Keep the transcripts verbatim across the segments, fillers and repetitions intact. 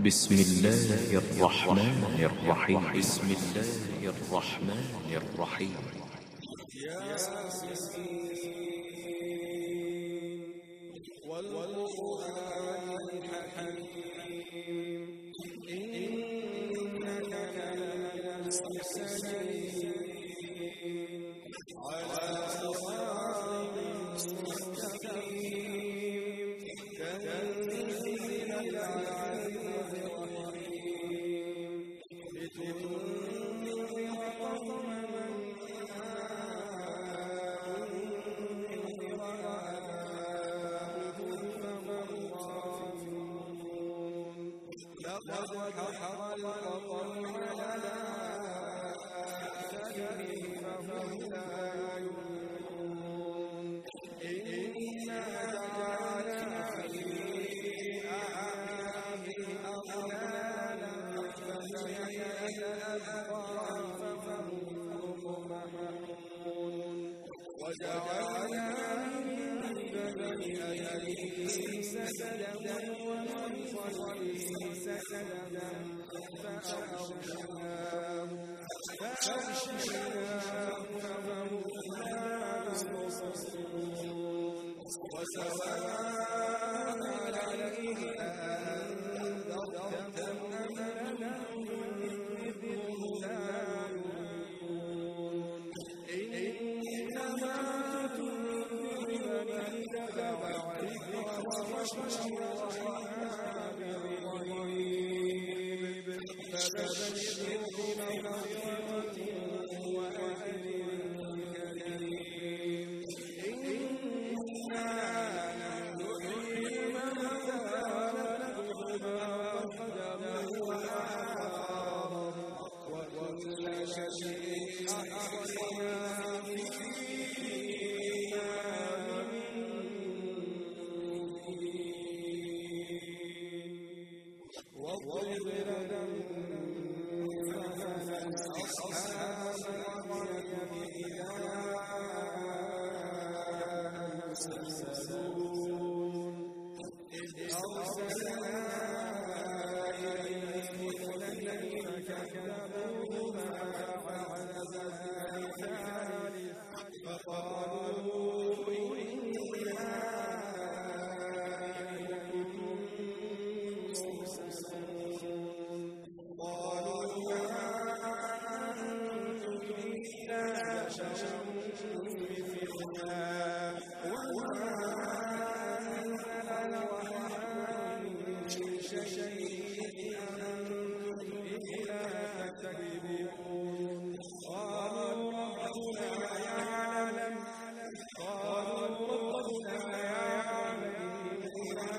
بسم الله الرحمن الرحيم بسم الله الرحمن الرحيم والقرآن الحكيم إنك لمن المرسلين على صراط مستقيم تنزيل العزيز الرحيم لتنذر قوما لقد حق القول على أكثرهم فهم لا يؤمنون إنا جعلنا في أعناقهم أغلالا فهي إلى الأذقان فهم مقمحون وجعلنا من بين أيديهم سدا ومن خلفهم سدا فأغشيناهم فأغشيناهم فهم لا يبصرون وسواء عليهم أأنذرتهم أم لم تنذرهم لا يؤمنون إنما تنذر من اتبع الذكر وخشي الرحمن بالغيب فبشره بمغفرة وأجر كريم إنا نحيي الموتى ونكتب ما قدموا وآثارهم وكل شيء أحصيناه في إمام واضرب لهم مثلا أصحاب القرية إذ أرسلون إذ أرسلنا إليهم اثنين فكذبوهما فعززنا الثالث فقالوا إنا إليكم مرسلون قالوا ما أنتم إلا بشر مثلنا وما أنزل الرحمن من شيء أنتم إلا تكذبون قالوا ربنا يعلم قالوا ربنا يعلم إنا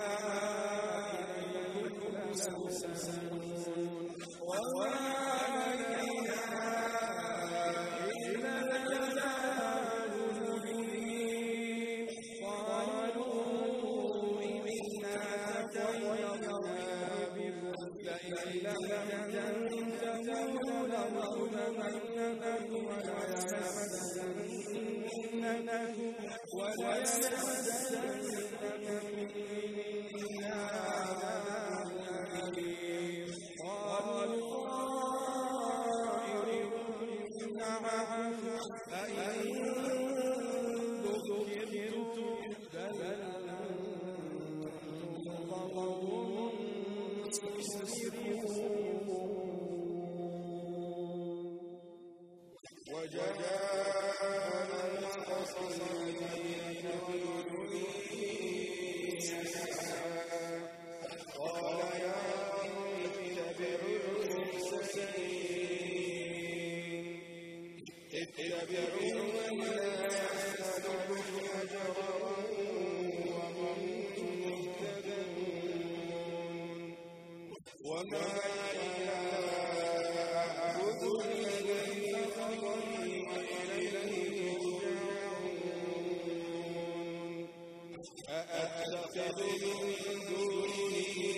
إليكم مرسلون وما علينا إلا البلاغ المبين قالوا إنا تطيرنا بكم لئن لم تنتهوا لنرجمنكم وليمسنكم منا عذاب أليم قالوا طائركم معكم أئن ذكرتم بل أنتم قوم مسرفون وجاء من أقصى المدينة رجل يسعى قال يا قوم اتبعوا المرسلين اتبعوا من لا يسألكم أجرا وهم مهتدون وما أعبد الذي فطرني وإليه ترجعون أأتخذ من دونه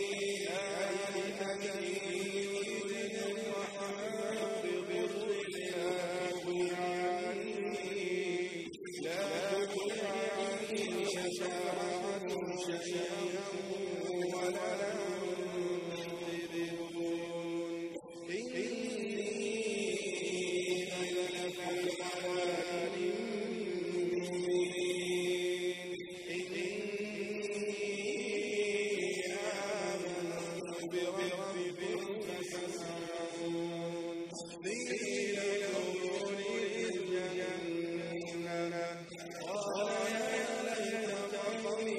آلهة يريدون الرحمن بضر لا تغن عني لا تغن عني شفاعتهم شيئا ولا ينقذون بربكم فاسمعون قيل ادخلوا الجنة قال يا ليت قومي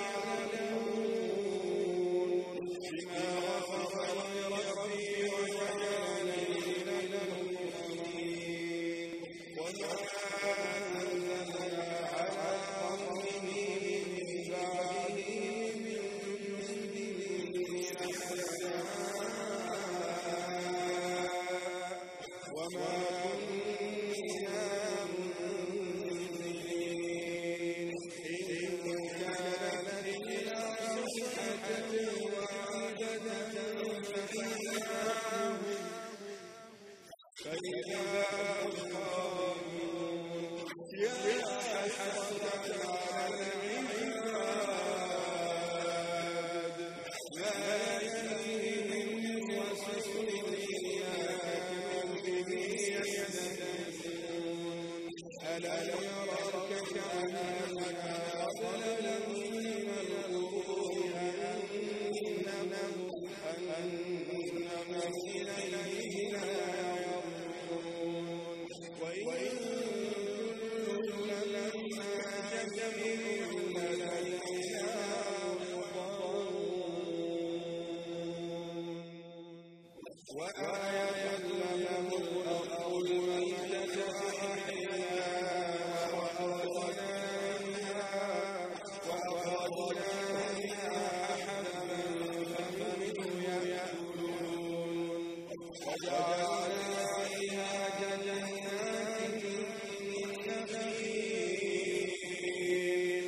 يعلمون بما غفر لي ربي وجعلني من المكرمين وما أنزلنا على قومه من بعده من جند من السماء وما كنا منزلين إن كانت إلا صيحة واحدة فإذا هم خامدون يا حسرة على العباد ما يأتيهم رسول إلا كمثله يستهزئون ألم يروا كأنهم أضل من القرون أنهم إليه لا يرجعون وإن لما جميع لدينا وآية لهم الأرض الميتة أحياها وأخرجنا منها حبا فمنه يأكلون وجعلنا فيها جنات من نخيل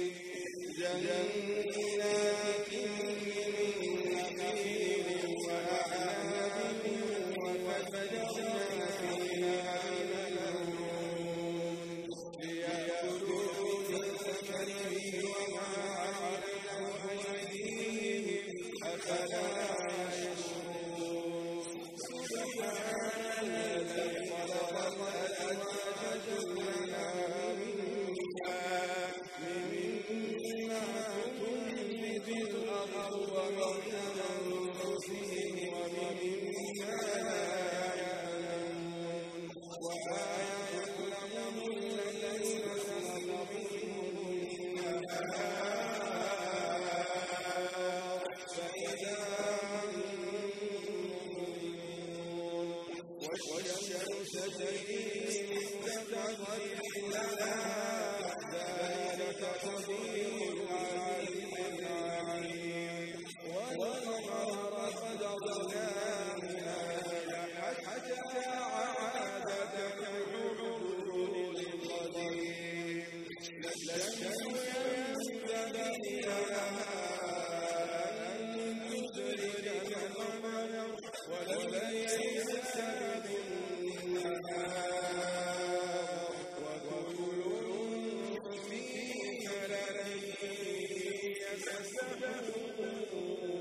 جنات من نخيل وأعناب وفجرنا فيها من العيون ليأكلوا من ثمره وما عملته أيديهم أفلا يشكرون سبحان الذي خلق الأزواج كلها مما تنبت الأرض ومن أنفسهم ومما لا يعلمون وآية لهم الليل سنغرقهم النهار فإذا هم مظلمون والشمس تجري لمستقر لها ذلك تقدير العزيز العليم والقمر قدرناه حتى عاد كالعرجون القديم لا الشمس ينبغي لها أن تدرك القمر ولا الليل سابق النهار وكل في فلك يسبحون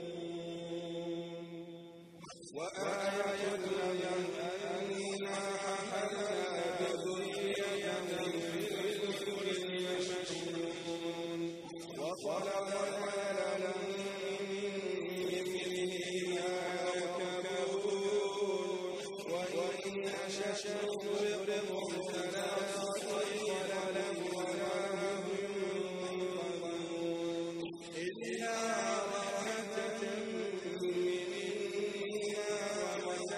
وآية لهم أنا حملنا بذرية من الفلك المشحون وخلقنا لهم من مثله ما يركبون وإن نشأ نغرقهم فلا صريخ لهم ولا هم ينقذون إلا رحمة منا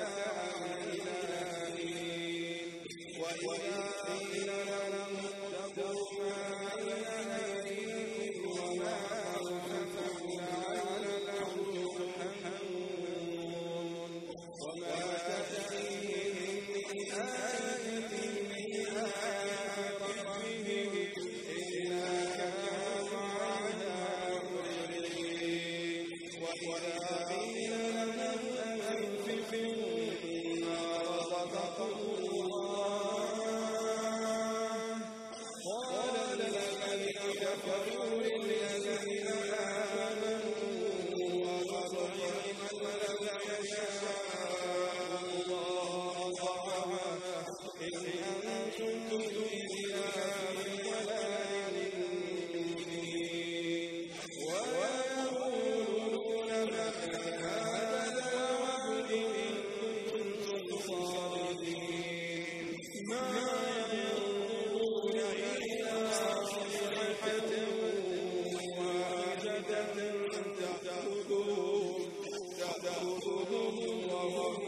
وهم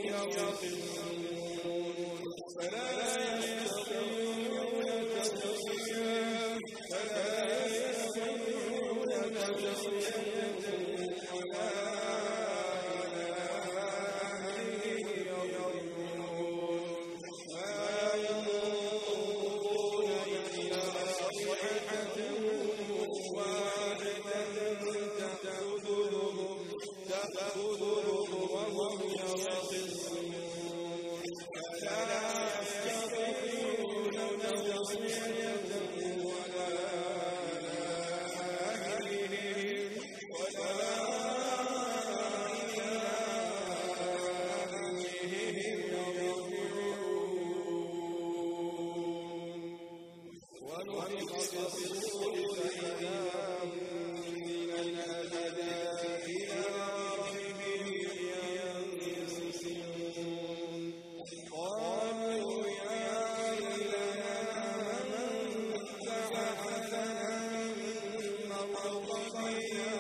يعقلون فلا يستطيعون تصديقا فلا يستطيعون تصديقا ولا إلى أهلهم يرجعون ما ينظرون إلا صيحة واحدة تأخذهم تأخذهم وهم يخصمون فلا يستطيعون تصديقا ولا أهلهم ولا إلى أهلهم يرجعون ونفخ في الصور فإذا هم من الأجداث إلى ربهم ينسلون قالوا يا ويلنا من بعثنا من مرقدنا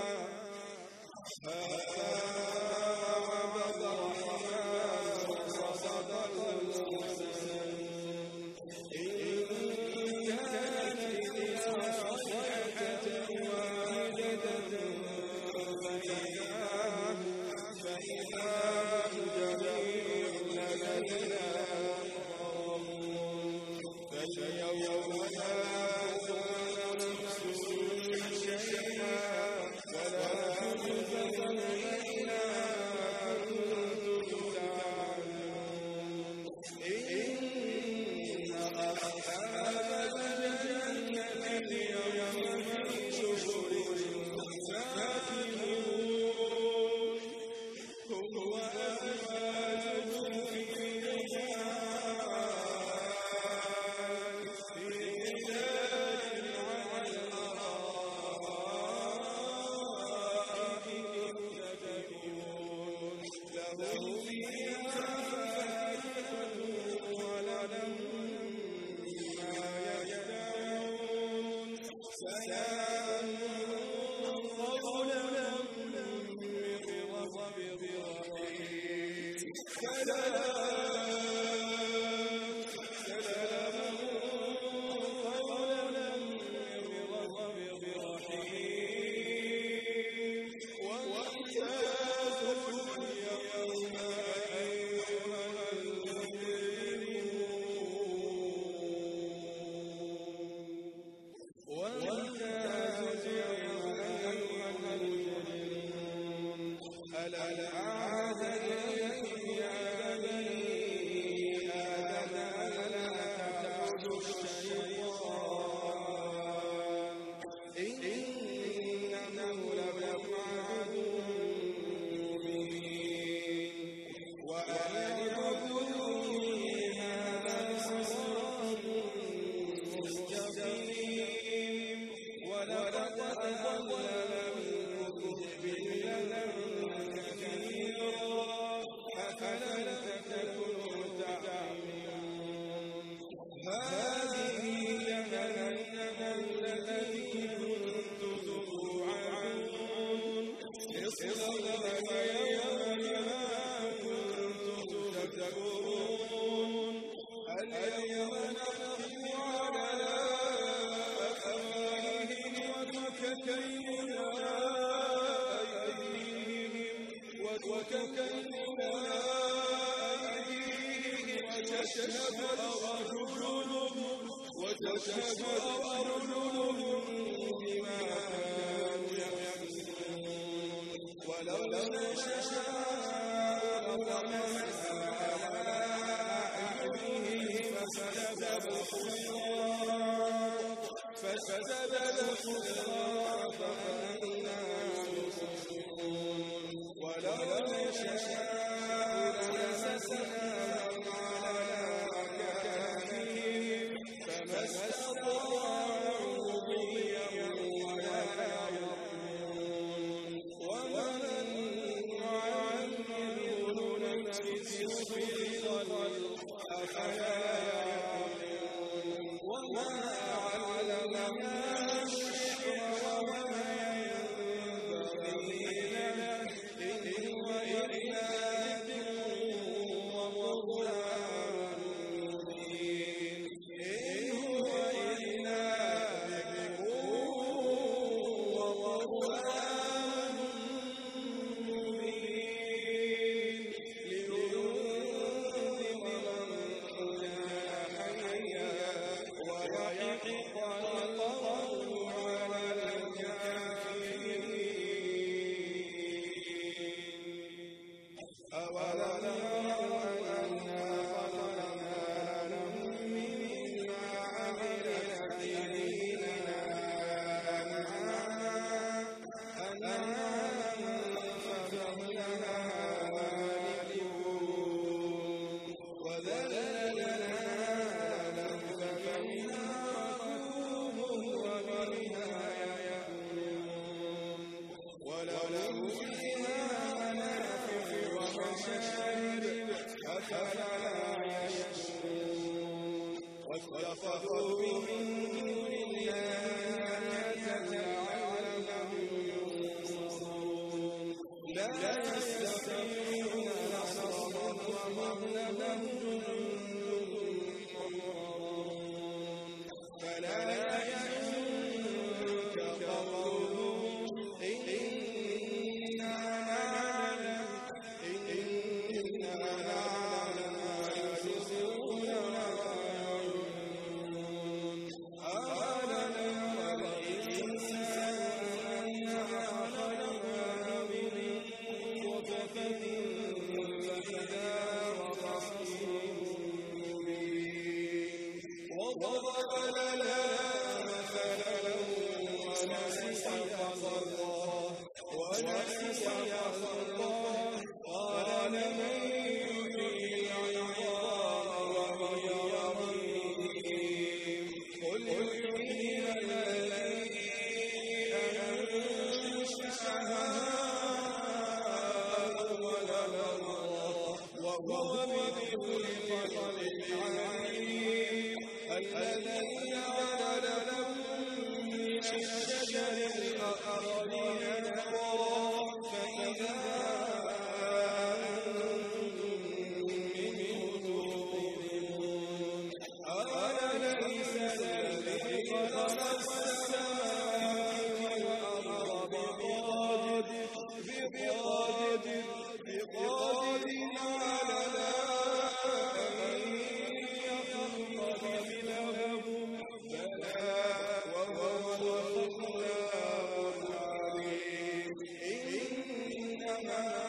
هذا وعد الرحمن وصدق المرسلون إن كانت إلا صيحة واحدة فإذا هم جميع لدينا محضرون فاليوم لا تظلم نفس شيئا ولا تجزون إلا ما كنتم تعملون إن أصحاب الجنة اليوم في شغل فاكهون هم وأزواجهم في ظلال في ظلال على الأرائك متكئون لهم فيها فاكهة ولهم ما يدعون سلام قولا من رب رحيم سلام سلام قولا من رب رحيم وامتازوا اليوم أيها المجرمون وامتازوا اليوم أيها المجرمون ألم أعهد إليكم يا بني آدم ألا تعبدوا الشيطان إنه لكم عدو مبين وأن اعبدوني هذا صراط مستقيم ولقد أضل منكم جبلا كثيرا أفلم تكونوا تعقلون هذه جهنم التي كنتم توعدون اصلوها يوم بما كنتم تكفرون اليوم نختم على أفواههم وتكلمنا أيديهم وتكلمنا أيديهم وتشهد أرجلهم وتشهد أرجلهم بما كانوا يكسبون ولو نشاء لطمسنا على أعينهم فاستبقوا الصراط فاستبقوا الصراط فأنا يبصرون ولو نشاء لمسسناهم على مكانهم فما استطاعوا مضيا ولا يرجعون ومن نعمره ننكسه في الخلق أفلا يعقلون أولم يروا أنا خلقنا لهم مما عملت أيدينا أنعاما فهم لها مالكون وذللناها لهم فمنها ركوبهم ومنها يأكلون ولهم فيها منافع ومشارب أفلا يشكرون واتخذوا من دون الله آلهة لعلهم ينصرون لا يستطيعون نصرهم وهم لهم جند محضرون فلا يحزنك قولهم إنا نعلم إنا نعلم ما يسرون ويعلنون أولم ير الإنسان أنا خلقناه من نطفة فإذا هو خصيم مبين وضرب لنا مثلا ونسي خلقه ونسي خلقه قال من يحيي العظام وهي رميم قل يحييها الذي أنشأها أول مرة وهو بكل خلق عليم الذي جعل لكم من الشجر الأخضر نارا فإذا أنتم منه توقدون أوليس الذي خلق السماوات والأرض بقادر بقادر بقادر على أن يخلق مثلهم بلى وهو الخلاق العليم إنما